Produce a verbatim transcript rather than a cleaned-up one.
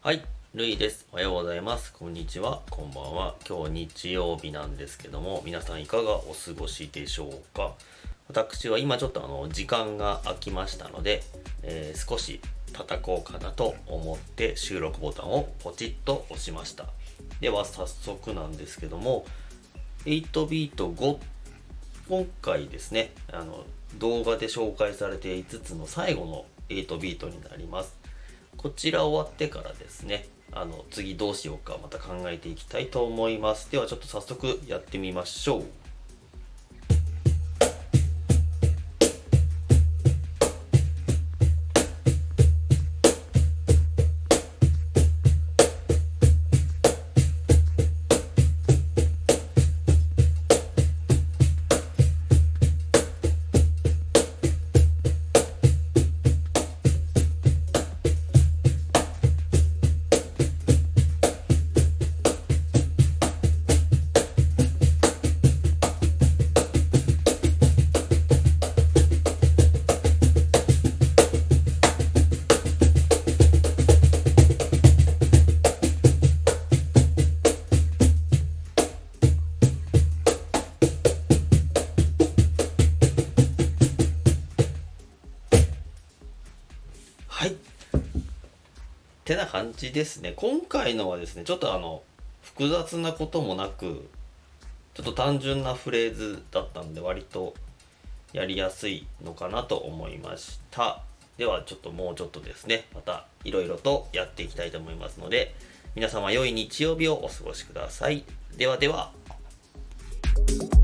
はい、ルイです。おはようございます。こんにちは、こんばんは。今日日曜日なんですけども、皆さんいかがお過ごしでしょうか。私は今ちょっとあの時間が空きましたので、えー少し叩こうかなと思って収録ボタンをポチッと押しました。では早速なんですけども、はちビートご、今回ですね、あの動画で紹介されていつつの最後のはちビートになります。こちら終わってからですね、あの次どうしようかまた考えていきたいと思います。ではちょっと早速やってみましょう。はい。てな感じですね。今回のはですね、ちょっとあの、複雑なこともなく、ちょっと単純なフレーズだったんで、割とやりやすいのかなと思いました。ではちょっともうちょっとですね、またいろいろとやっていきたいと思いますので、皆様良い日曜日をお過ごしください。ではでは。